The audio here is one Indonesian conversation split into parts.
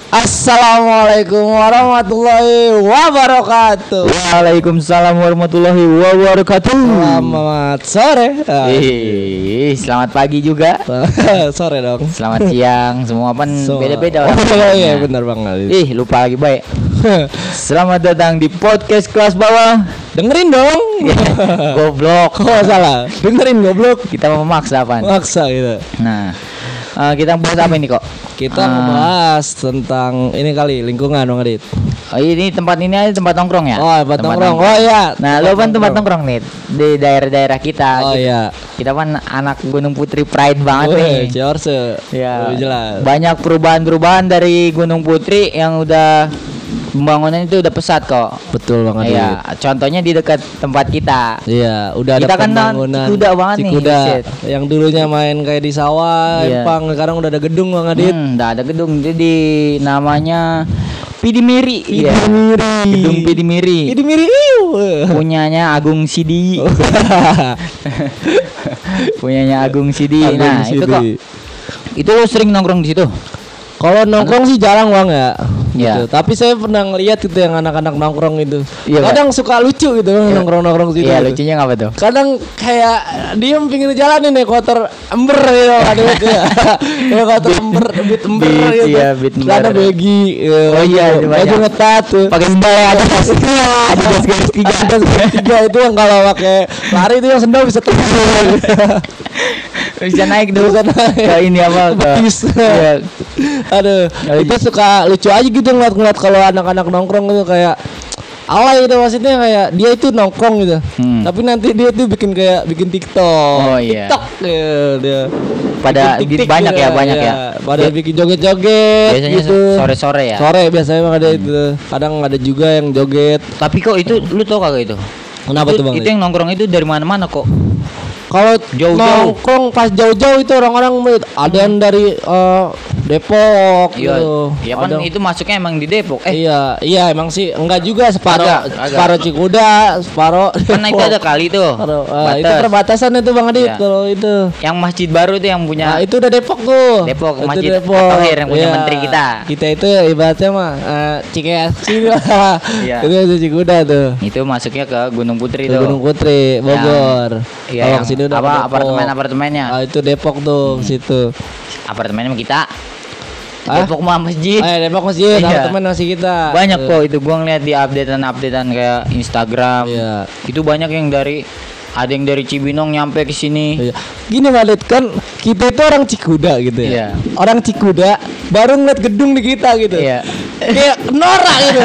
Assalamualaikum warahmatullahi wabarakatuh. Waalaikumsalam warahmatullahi wabarakatuh. Selamat sore. Selamat pagi juga. Sore dong. Selamat siang. Semua kan beda-beda orang. Oh iya benar banget. Lupa lagi baik. Selamat datang di podcast kelas bawah. Dengerin dong. Goblok. Oh salah. Dengerin goblok. Kita mau memaksa apaan? Maksa gitu. Nah, kita bahas apa ini kok? Kita ngebahas tentang ini kali lingkungan dong Adit. Oh ini tempat ini aja tempat nongkrong ya? Oh tempat nongkrong. Oh iya. Nah lo kan tempat nongkrong nih di daerah-daerah kita. Oh iya. Kita kan anak Gunung Putri Pride banget nih. Ciorse. Ya. Jelas. Banyak perubahan-perubahan dari Gunung Putri yang udah pembangunan itu udah pesat kok. Betul banget. Iya. Contohnya di dekat tempat kita. Iya. Udah kita ada pembangunan. Cikuda banget nih. Cikuda. Yang dulunya main kayak di sawah, empang. Sekarang udah ada gedung Bang Adit. Udah ada gedung. Jadi namanya Pidimiri. Gedung Pidimiri. Punyanya Agung Sidi. Punyanya Agung Sidi. Nah, itu kok. Itu lo sering nongkrong di situ? Kalau nongkrong sih jarang Bang ya. Ya. Gitu. Tapi saya pernah ngeliat gitu yang anak-anak nongkrong itu. Iya, kadang suka lucu gitu nongkrong situ. Iya, gitu. lucunya ngapa tuh? Kadang kayak diem pinggir jalan nih kotor ember gitu ada gitu ya. Kayak kotor ember gitu. Iya, beat ember. Ada begi. Oh iya, baju ngetat tuh. Pakai sendal ya ada garis tiga itu yang kalau pakai lari itu yang sendal bisa tembus. Bisa naik dulu ke ini apa betis. Iya. Aduh, itu suka lucu aja gitu ngeliat kalau anak-anak nongkrong gitu kayak alay gitu maksudnya kayak dia itu nongkrong gitu. Tapi nanti dia tuh bikin TikTok. Oh iya. TikTok dia. Pada banyak ya. Pada bikin joget-joget biasanya gitu. Sore-sore ya. Sore biasanya emang ada itu. Kadang ada juga yang joget. Tapi kok itu lu tau kagak itu? Kenapa tuh Bang? Itu yang nongkrong itu dari mana-mana kok. Kalau nongkrong pas jauh-jauh itu orang-orang ada yang dari Depok gitu. Iya kan itu masuknya emang di Depok. Iya emang sih enggak juga separuh Cikuda, separuh karena itu ada kali tuh. Itu perbatasan itu Bang Adit kalau itu. Yang masjid baru tuh yang punya. Nah, itu udah Depok tuh. Depok masjid At-Tahir yang punya menteri kita. Kita itu ibaratnya mah Cikeas lah. Itu Cikuda tuh. Itu masuknya ke Gunung Putri tuh. Gunung Putri, Bogor. Iya, sini udah apa apartemennya. Itu Depok tuh situ. Apartemennya kita. Depok mah masjid. Depok masjid. Apartemen masih kita. Banyak kok itu gua ngeliat di updatean kayak Instagram. Iya. Itu banyak yang ada yang dari Cibinong nyampe ke sini. Iya. Gini Malit kan kita itu orang Cikuda gitu ya. Iya. Orang Cikuda baru ngeliat gedung di kita gitu. Iya. Kayak norak gitu.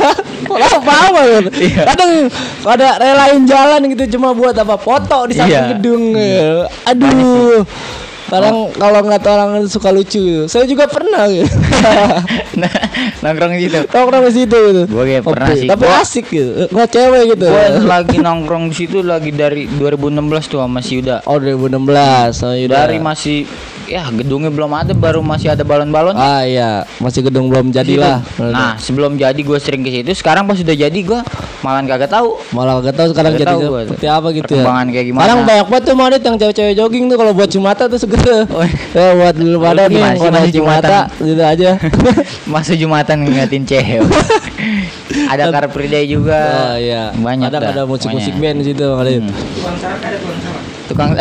Apa gitu. Iya. Kadang ada relain jalan gitu cuma buat apa foto di samping gedung. Aduh. Kadang kalau ngeliat orang suka lucu. Saya juga pernah gitu. Nongkrong di situ. Nongkrong di situ gitu. Gue kayak pernah sih. Tapi asik gitu. Nggak cewek gitu. Gue lagi nongkrong di situ lagi dari 2016 tuh sama si Yuda. Oh 2016 sama Yuda. Dari masih gedungnya belum ada, baru masih ada balon-balon. Iya, masih gedung belum jadilah. Nah, sebelum jadi gue sering ke situ. Sekarang pas sudah jadi gue malah kagak tahu. Sekarang jadi seperti apa gitu ya. Perkembangan kayak gimana. Sekarang banyak banget tuh Madit yang cewek-cewek jogging tuh kalau buat Jumatan tuh segede. Ya buat dulu pada nih kalau Jumatan gitu aja. Masuk Jumatan ngeliatin cewek. Ada Car Free Day juga. Oh iya. Banyak. Ada musik-musik band di situ Madit. Tukang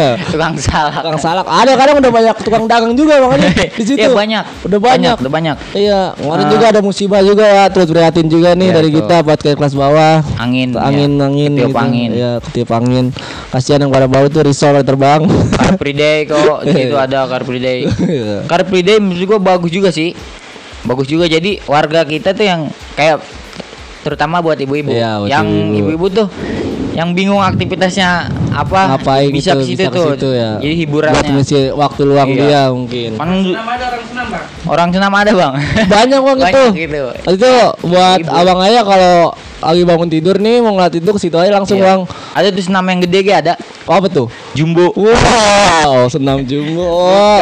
salak. Ada kadang udah banyak tukang dagang juga Bang di situ. Iya banyak. Udah banyak. Iya, kemarin juga ada musibah juga ya, terus prihatin juga nih dari kita buat ke kelas bawah. Angin. Ketiup gitu. Angin. Iya, ketiup angin. Kasihan yang pada bawah itu risol terbang. Car Free Day kok. Itu ada Car Free Day. Car Free Day menurut gua bagus juga sih. Bagus juga jadi warga kita tuh yang kayak terutama buat ibu-ibu. Iya, yang ibu-ibu tuh yang bingung aktivitasnya apa ngapain bisa ke situ tuh ya. Jadi hiburannya buat ngisi waktu luang dia mungkin. Ada orang senam Bang. Orang senam ada Bang. Banyak Bang gitu. Itu buat abang ayah kalau lagi bangun tidur nih mau ngeliat itu ke situ aja langsung Bang. Ada tuh senam yang gede ada. Oh, apa tuh? Jumbo. Wow, senam jumbo.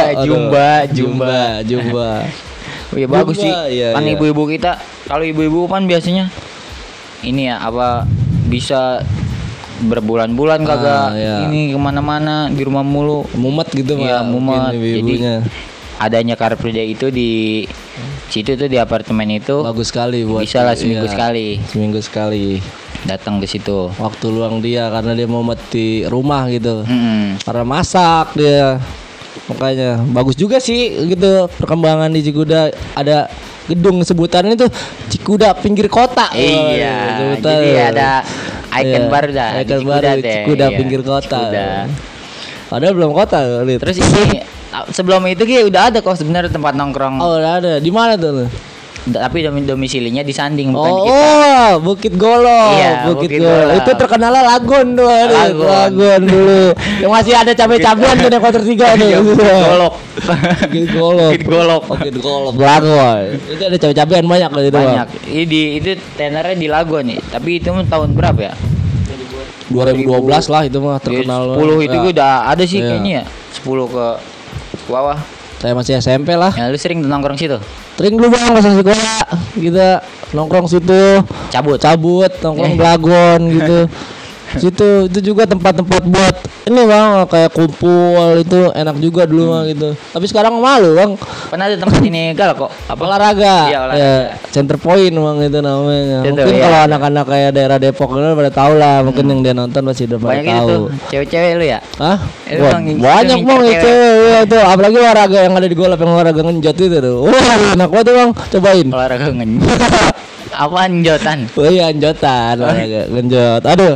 Jumba. Oh iya bagus sih. Kan iya. Ibu-ibu kita, kalau ibu-ibu kan biasanya ini ya apa bisa berbulan-bulan kagak ini kemana-mana di rumah mulu, mumet gitu ya, mumet. Jadi adanya Car Free Day itu di situ tuh, di apartemen itu bagus sekali buat bisa lah seminggu sekali datang ke situ. Waktu luang dia karena dia mau mati rumah gitu. Karena masak dia. Makanya bagus juga sih gitu perkembangan di Cikuda. Ada gedung sebutannya itu Cikuda pinggir kota. Iya. Jadi ada ikon baru dah. Ikon baru Cikuda pinggir kota. Padahal belum kota. Terus ini sebelum itu udah ada kok sebenarnya tempat nongkrong. Oh, udah ada. Di mana tuh? Tapi domisilinya di Sanding, bukan di kita. Oh, Bukit Golok. Iya, Bukit Golok. Itu terkenalnya Lagon tuh. Lagon dulu. Yang masih ada cabai-cabean tuh di kuarter 3 nih. Golok. Bukit Golok. Lagon. Itu ada cabai-cabean banyak loh itu. Banyak. Itu tenernya di Lagon nih. Tapi itu tahun berapa ya? 2012 lah itu mah terkenal. 10 itu udah ada sih kayaknya ya. 10 ke bawah. Saya masih SMP lah. Ya, lu sering nongkrong situ? Sering dulu bang, pas sekolah kita nongkrong situ. Cabut, nongkrong Lagon gitu. Situ itu juga tempat-tempat buat ini bang, kayak kumpul itu enak juga dulu mah gitu. Tapi sekarang malu bang. Pernah ada tempat ini galak kok? Apa olahraga? Iya, olahraga. Ya, Center Point bang itu namanya. Itu, mungkin kalau anak-anak kayak daerah Depok itu pada tahu lah. Mungkin yang dia nonton pasti udah pada tahu. Itu cewek-cewek lu ya? Hah? Banyak bang cewek itu. Apalagi olahraga yang ada di Golap yang olahraga ngenjot itu tuh. Wah enak banget bang, cobain. Olahraga ngenjot. Apa anjotan? Oh iya anjotan, olahraga ngenjot. Aduh.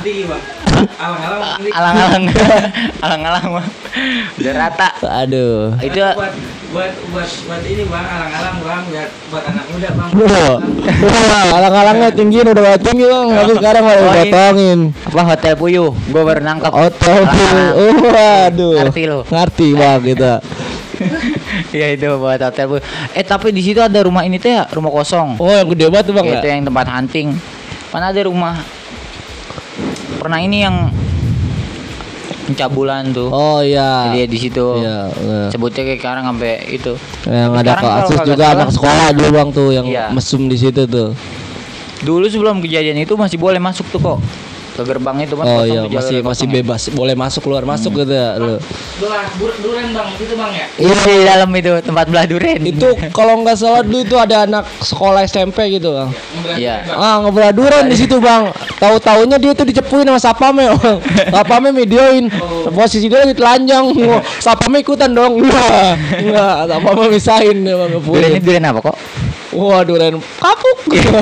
Alang-alang mah udah rata. Aduh. Itu buat ini bang, alang-alang bang, buat anak muda bang. Alang-alangnya tinggi udah tinggi bang, tapi sekarang malah dipotongin. Apa Hotel Puyuh? Gua baru nangkap. Hotel Puyuh. Waduh. Ngerti lo? Ngerti bang kita. Iya itu buat Hotel Puyuh. Tapi di situ ada rumah ini teh, rumah kosong. Oh yang gede banget tuh bang. Itu yang tempat hunting. Mana ada rumah? Pernah ini yang pencabulan tuh. Oh iya. Jadi di situ. Iya. Sebutnya kayak sekarang sampai itu. Yang ada kasus juga anak sekolah dulu bang tuh yang mesum di situ tuh. Dulu sebelum kejadian itu masih boleh masuk tuh kok. Ke gerbang itu kan. Oh iya masih bebas, boleh masuk keluar masuk gitu ya lu. Duren bang, itu bang ya? Iya di dalam itu tempat belah duren. Itu kalau nggak salah dulu itu ada anak sekolah SMP gitu bang. Iya. Ngebelah duren di situ bang. Tahu-taunya dia tuh dicepuin sama sapame bang. Sapame videoin. Posisi dia lagi telanjang. Sapame ikutan dong. Enggak, sapame misahin dia bang. Duren ini duren apa kok? Wah duren kapuk.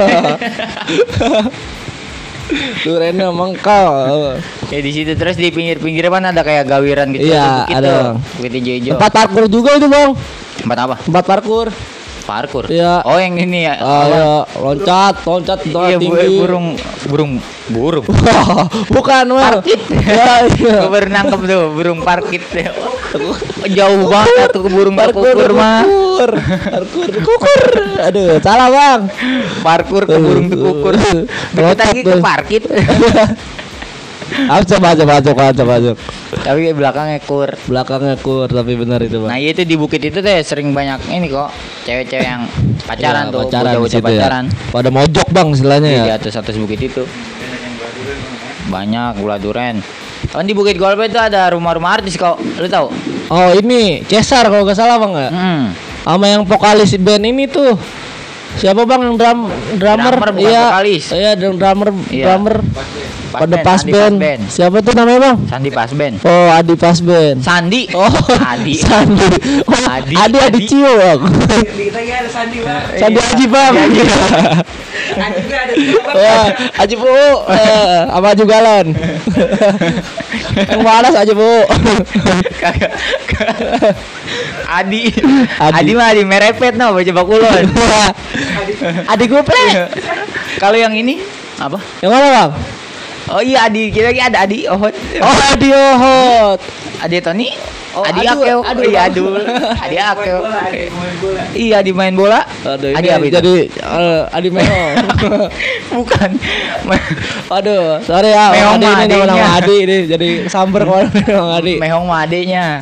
Durennya mangkal. Ya di situ terus di pinggir-pinggir kan ada kayak gawiran gitu. Iya ada. Bukit hijau-hijau. Tempat parkur juga itu bang. Tempat apa? Tempat parkur. Parkur. Iya. Oh yang ini ya. Ya, loncat iya, tinggi. Burung. Bukan bang. Parkit. Ya, iya. Gue baru nangkep tuh burung parkit. Jauh banget tuh ke burung kukur mah. Parkur kukur. Aduh, salah bang. Parkur ke burung kukur. Kita lagi ke parkit. Coba. Tapi belakangnya kur. Tapi benar itu bang. Nah itu di bukit itu teh sering banyak ini kok cewek-cewek yang pacaran tuh, bocah-bocah pacaran. Ya. Pada mojok bang istilahnya ya. Di atas bukit itu. Banyak gula duren. Kan di Bukit Golpe itu ada rumah-rumah artis kok, lu tahu? Oh ini Cesar kalau nggak salah bang ya. Sama yang vokalis band ini tuh. Siapa bang yang drummer? Iya drummer. Pada Pasben. Siapa tuh namanya bang? Sandi Pasben. Oh Adi Pasben. Sandi. Oh Adi. Sandi. Oh, Adi Cio bang. Kita ya ada Sandi bang. Sandi Haji bang. Adi juga ada. Wah Haji Bu. Apa Haji Galon? Yang malas Haji Bu. Adi mah Adi merepet no baca bakulon. Adi Gople. Kalau yang ini apa? Yang mana bang? Oh iya Adi, kita lagi ada Adi Ohot. Oh Adi Ohot. Adi Tony. Oh, Adi Akeo. Iya Adul. Adi Akeo. Iya Adi main bola. Adi apa itu? Jadi Adi Mehong. Bukan. Aduh, sorry ya. Mehong Adi ini nama Adi ini jadi samber kalau Mehong Adi. Mehong mah adenya.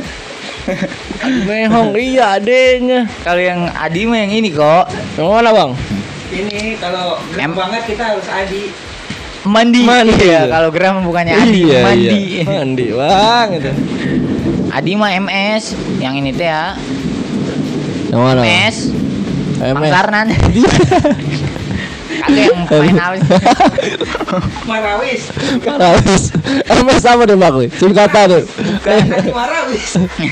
Mehong iya adenya. Kalau yang Adi mah yang ini kok. Yang mana bang? Ini kalau banget kita harus Adi. Mandi ya, kalau geram bukannya Adi, mandi. Mandi bang itu. Adi mah MS, yang ini teh ya. Yang mana? MS. MS. Mangsarnan. Kagak yang main awis. Marawis. Marawis. MS apa deh Bang? Singkatan deh. Bukan Marawis.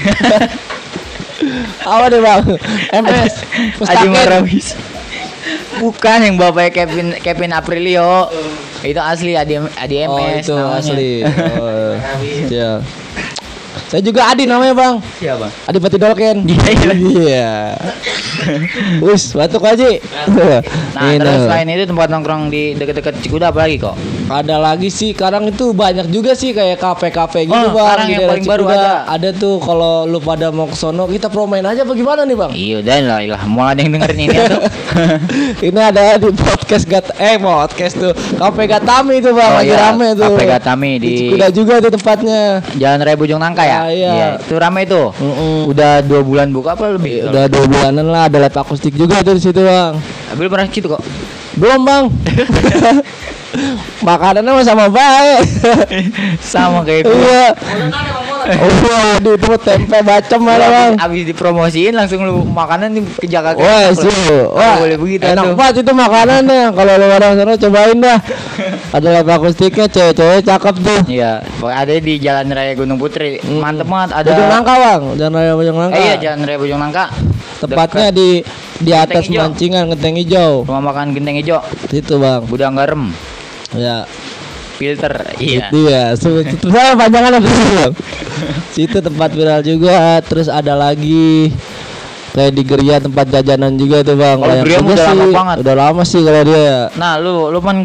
Apa deh Bang? MS. Adi Marawis. Bukan yang bapaknya Kevin Aprilio. Itu asli Adi MS Oh itu namanya. asli. Oh, iya. Saya juga Adi namanya Bang. Siapa? Adi Pati Dolken. Iya. Wis, batuk aja. Nah, terus selain itu tempat nongkrong di deket-deket Cikuda apa lagi kok? ada lagi sih, kadang itu banyak juga sih kayak kafe-kafe gitu Oh, Bang. sekarang Di yang daerah paling baru Cikuda. ada. Ada tuh kalau lu pada mau ke sono kita promoin aja apa gimana nih Bang? Iya udah lah, mau ada yang dengerin ini tuh. Ini ada di podcast podcast tuh. Kafe Gatami itu Bang, lagi rame tuh. Kafe Gatami Di di Cikuda juga tuh tempatnya. Jalan Raya Bojong Nangka ya? Ah, iya. Itu rame tuh. Mm-mm. Udah 2 bulan buka apa lebih? Udah 2 bulanan lah, ada live akustik juga tuh di situ Bang. Tapi lu pernah situ kok. Belum Bang. Makanannya mah sama baik. Sama kayak gua. Iya. Oh, waduh, itu tempe bacem malah Bang. Abis dipromosiin langsung lu makanan nih ke Jakarta. Wah, sih. Wah, boleh begitu enak tuh. banget itu makanannya. Kalau lu orang sana cobain dah. Ada live akustiknya, cewek-cewek cakep tuh. Iya, ada di Jalan Raya Gunung Putri. Mantep banget ada. Bojong Nangka Bang, Jalan Raya Bojong Nangka. Iya, Jalan Raya Bojong Nangka. Tepatnya Dekat di atas Genteng Hijau. mancingan Genteng Hijau. Rumah makan Genteng Ijo, Situ Bang. Budang Garam, Ya. Filter. Iya. Itu ya. Saya panjangan apa sih Bang? Situ tempat viral juga. Terus ada lagi kayak di Geria tempat jajanan juga tuh Bang. Kalau Kayak Geria punya udah lama sih, banget. Udah lama sih kalau dia ya. Nah, lu kan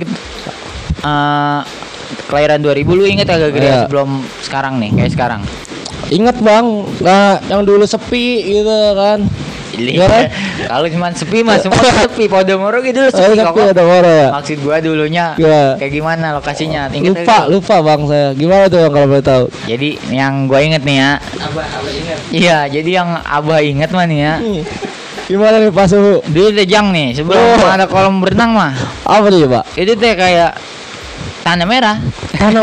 kelahiran 2000, lu inget agak gede Iya. sebelum sekarang nih, kayak sekarang. Ingat Bang, nah yang dulu sepi gitu kan. Iya kan? Kalau cuma sepi mah semua sepi. Podomoro gitu dulu Oh, sepi sepi kok. ada orang ya. Maksud gua dulunya Iya. kayak gimana lokasinya? Ingat Lupa Bang saya. Gimana tuh Bang kalau boleh tahu? Jadi yang gua inget nih ya. Abah ingat. Iya, jadi yang Abah inget mah nih ya. Gimana nih Pak Suhu? Dulu teh Jang nih, sebelum Oh. ada kolam berenang mah. Apa nih Pak? Itu teh kayak tanah merah. Tanam.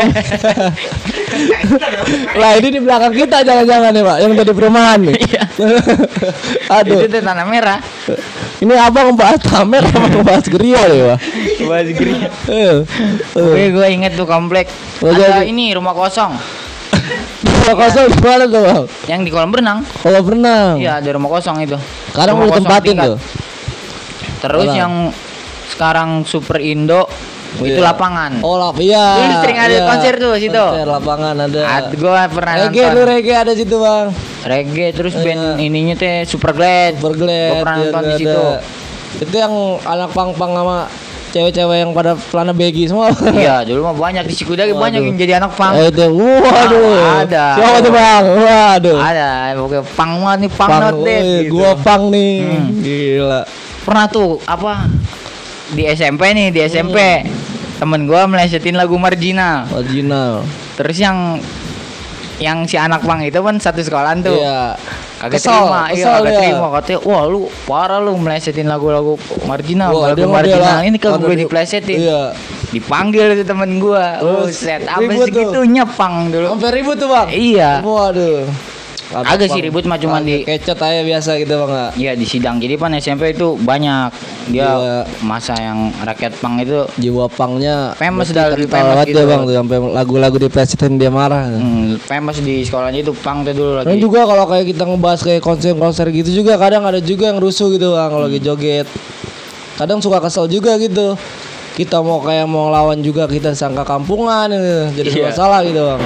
Lah ini di belakang kita jangan-jangan nih Pak, yang dari perumahan nih. Iya. Aduh. Itu teh tanah merah. Ini abang ngebahas tamer sama ngebahas geria ya Pak. Bahas geria. Eh. Oke, gue inget tuh komplek. Oh, Ada jadi- ini rumah kosong Kalau kosong di mana tuh Bang? yang di kolam berenang. Kalau berenang. Iya, ada rumah kosong itu. Sekarang Rumah mau kosong tempatin tingkat. tuh. Terus Sekarang. yang sekarang Super Indo itu Iya. lapangan. Oh, iya. Dulu sering ada konser tuh situ. Konser lapangan ada. Gue pernah Reggae nonton lu reggae ada situ Bang. reggae, terus Iya. band ininya teh Super Glad. Gue Bergelet. pernah iya, nonton di ada. situ. Itu yang anak pang-pang sama cewek-cewek yang pada celana baggy semua. Iya, dulu mah banyak di Cikuda banyak Waduh. yang jadi anak pang. Itu waduh. Ada. Siapa tuh Bang? Waduh. Ada, pokoknya pang banget nih, pang not dead gitu. Gua pang nih. Hmm. Gila. Pernah tuh apa di SMP nih, di SMP. Temen gua melesetin lagu Marginal. Original. Terus yang si anak pang itu kan satu sekolahan tuh. Iya. Kagak Kesel, terima, iya kesel kagak dia. terima, katanya wah lu parah lu melesetin lagu-lagu Marginal, Wah, lagu dia Marginal ngebela. ini kalau Ada gue di- diplesetin. Iya. Dipanggil itu temen gua. Terus Set, apa ribut tuh. segitunya pang dulu. Sampai ribut tuh Bang. Iya. Waduh. Agak sih ribut mah cuman di kecot aja biasa gitu Bang. Nggak? iya di sidang. Jadi pan SMP itu banyak dia Iya. masa yang rakyat pang itu Jiwa pangnya Famous berarti dah, lebih kental famous banget gitu. dia Bang tuh sampai lagu-lagu di presiden dia marah. famous di sekolahnya itu pang tuh dulu lagi. Dan juga kalau kayak kita ngebahas kayak konser-konser gitu juga kadang ada juga yang rusuh gitu Bang kalau lagi joget. Kadang suka kesel juga gitu. Kita mau lawan juga kita sangka kampungan gitu. Jadi Iya. masalah gitu Bang.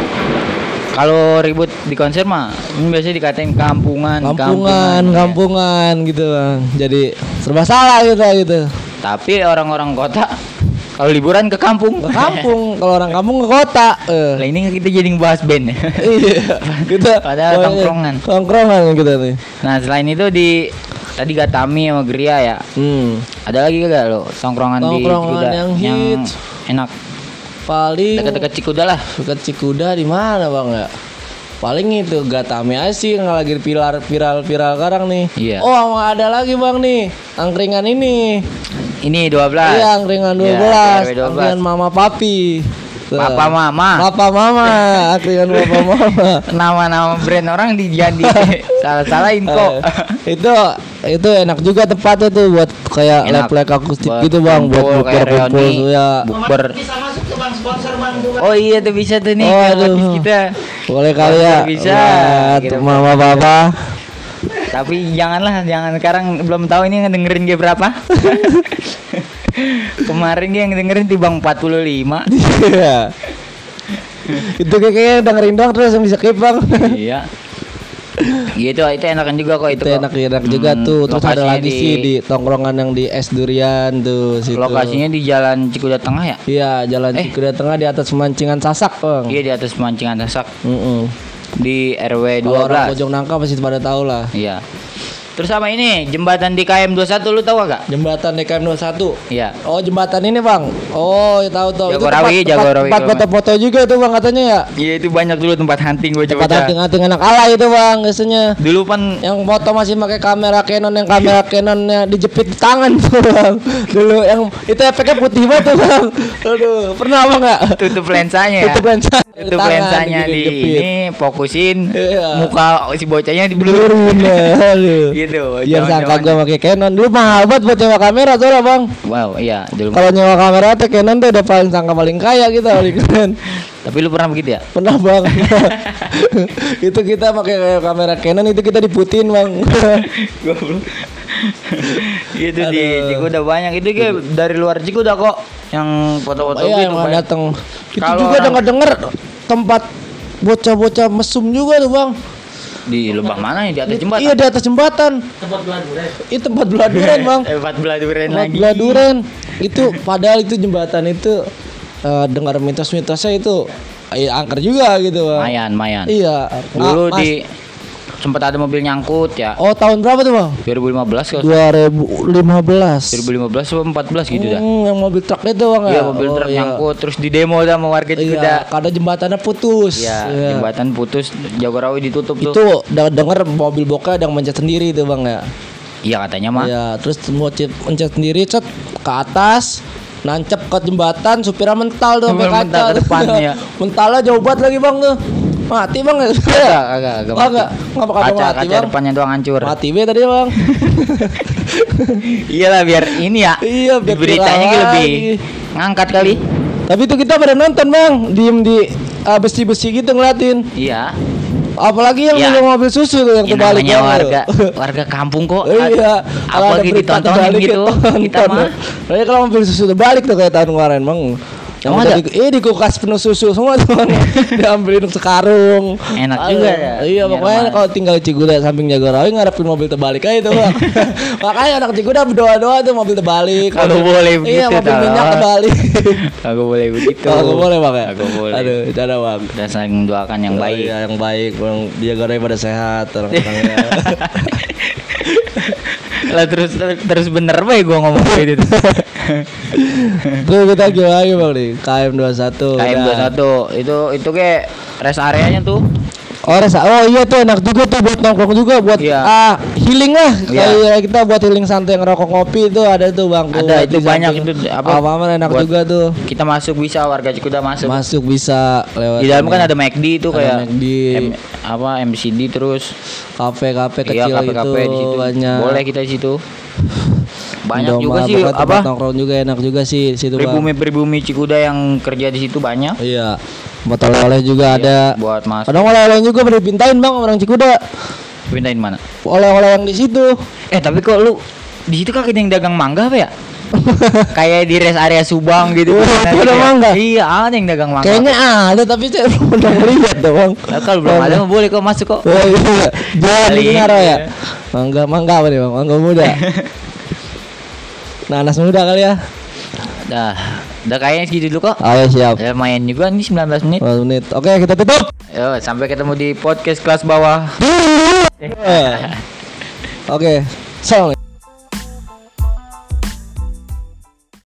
Kalau ribut di konser mah ini biasanya dikatain kampungan. Kampungan gitu Bang. Jadi serba salah gitu. Tapi orang-orang kota kalau liburan ke kampung. Ke kampung, kalau orang kampung ke kota. Lah ini kita jadi ngebahas band. Iya. Kita Padahal tongkrongan. Tongkrongan kita nih. Nah, selain itu di tadi Gatami sama Geria ya. Ada lagi gak lo tongkrongan di Tongkrongan Cikuda yang hits. enak Paling dekat-dekat Cikuda lah. dekat Cikuda di mana Bang ya? Paling itu Gatami aja sih yang lagi viral sekarang nih. Iya. Oh, ada lagi Bang nih. Angkringan ini. Ini 12. Iya, angkringan 12. Iya, RW 12. Angkringan Mama Papi. Papa Mama. Papa Mama, angkringan Papa Mama. Nama-nama brand orang dijadi salah-salahin kok. Itu enak juga tempatnya tuh buat kayak lab-lab akustik gitu Bang, buat kumpul ya. Bukber. Bisa masuk ke Bang, sponsor Bang tuh, Bang. Oh iya tuh bisa tuh nih aduh. kita. Boleh kali ya. Bisa. Buat Mama Papa. Tapi jangan sekarang belum tahu ini yang dengerin gue berapa. Kemarin dia yang dengerin timbang 45. Iya. Itu kayaknya dengerin doang terus bisa skip Bang. Iya. Gitu itu enakan juga kok itu. Itu enak juga tuh. Terus ada lagi sih di tongkrongan yang di Es Durian tuh situ. Lokasinya di Jalan Cikuda Tengah ya? Iya, Jalan Cikuda Tengah di atas Pemancingan Sasak, Bang. Iya, di atas Pemancingan Sasak. Di RW 12. Kalau orang Bojong Nangka pasti pada tahu lah. Iya. Terus sama ini jembatan DKM 21 lu tahu gak? Jembatan DKM 21. Iya. Oh, jembatan ini, Bang. Oh, ya tahu. Jagorawi. Tempat foto-foto juga itu, Bang, katanya ya. Iya, itu banyak dulu tempat hunting gua coba. Tempat hunting anak ala itu, Bang, biasanya. Dulu kan yang foto masih pakai kamera Canonnya dijepit di tangan tuh, Bang. Dulu yang itu efeknya putih banget tuh, Bang. Aduh, pernah apa enggak? Tutup lensanya ya. Tutup lensanya di ini fokusin muka si bocahnya diblurin. Aduh. Gitu. Biar sangka gua pakai Canon. Dulu mahal banget buat nyewa kamera soalnya, Bang. Wow, iya, dulu. Kalau nyewa kamera tuh Canon tuh udah paling sangka paling kaya kita paling keren. Tapi lu pernah begitu ya? Pernah, Bang. Itu kita pakai kamera Canon itu kita diputin, Bang. Itu di udah banyak itu kayak dari luar udah kok yang foto-foto gitu yang datang. Itu kalau juga denger tempat bocah-bocah mesum juga tuh, Bang. Di lubang mana nih? Di atas jembatan? Iya, di atas jembatan. Tempat beladuran. Itu tempat beladuran, Bang. Tempat beladuran lagi. Beladuran. Itu padahal itu jembatan itu dengar mitos-mitosnya itu angker juga gitu, Bang. Mayan. Iya. Dulu di sempat ada mobil nyangkut ya. Oh, tahun berapa tuh, Bang? 2015 kalau 2015. 2015 atau 14 gitu dah. Yang mobil truk itu, Bang. Iya, mobil truk nyangkut terus di demo sama warga juga. Iya, karena jembatannya putus. Iya, jembatan putus, Jagorawi ditutup tuh. Itu denger mobil boka yang mencet sendiri itu, Bang ya. Iya, katanya mah. Iya, terus mencet sendiri cet ke atas. Nancep ke jembatan, supirnya mental tuh sampai kaca ke depan ya. Mentalnya jauh banget lagi, Bang tuh. Mati, Bang. Agak Enggak bakal mati, Bang. Depannya doang hancur. Mati be tadi, Bang. Iyalah biar ini ya. Iya, biar beritanya lebih ngangkat kali. Tapi itu kita pada nonton, Bang. Diem di besi-besi gitu ngeliatin. Iya. Apalagi yang minum mobil susu tuh yang terbalik namanya warga kampung kok. Iya. Apalagi ditontonin gitu. Kita mah. Kayak kalau mobil susu terbalik tuh kayak tahun kemarin, Bang. Yang ada di kulkas penuh susu semua tuh, Bang. Diambilin sekarung. Enak juga ya. Iya, pokoknya kalau tinggal Ciguda samping Jagorawi ngarepin mobil terbalik aja tuh, Bang. Makanya anak Ciguda berdoa-doa tuh mobil terbalik. Kalau boleh begitu. Iya, mobil minyak terbalik. Kagak boleh begitu. Kagak boleh, Bang ya. Kagak boleh. Aduh, itu ada, Bang. Dan saling mendoakan yang baik. Iya, yang baik. Bang Jagorawi pada sehat orang-orangnya. Lah terus bener bae gua ngomong gitu. Terus kita gimana lagi, Bang nih? KM21. KM21 itu kayak rest areanya tuh. Oh iya tuh enak juga tuh buat nongkrong juga buat healing lah. Kayak kita buat healing santai ngerokok ngopi itu ada tuh, Bang. Ada itu banyak itu apa enak juga tuh. Kita masuk bisa warga Cikuda masuk. Masuk bisa lewat. Di dalam kan ada McD itu kayak McD. MCD terus kafe-kafe kecil gitu di situ. Banyak. Boleh kita di situ. Banyak Doma, juga sih nongkrong juga enak juga sih di situ, Bang. Pribumi Cikuda yang kerja di situ banyak. Iya. Buat oleh-oleh juga ada. Buat mas. Kadang oleh-oleh juga pada dipintain, Bang, orang Cikuda. Pintain mana? Oleh-oleh yang di situ. Tapi kok lu di situ kan yang dagang mangga apa ya? Kayak di rest area Subang gitu. Ada mangga? Iya, ada yang dagang mangga. Kayaknya ada tapi saya belum pernah lihat tuh, Bang. Nah, kalau belum ada boleh kok masuk kok. Oh iya. Jangan dengar ya. Mangga apa nih, Bang? Mangga muda. Nanas muda kali ya. Udah kayaknya segitu dulu kok. Ayo siap. Ya main juga nih 19 menit. 19 menit. Oke, kita tutup. Yo, sampai ketemu di podcast kelas bawah. Oke. Assalamualaikum.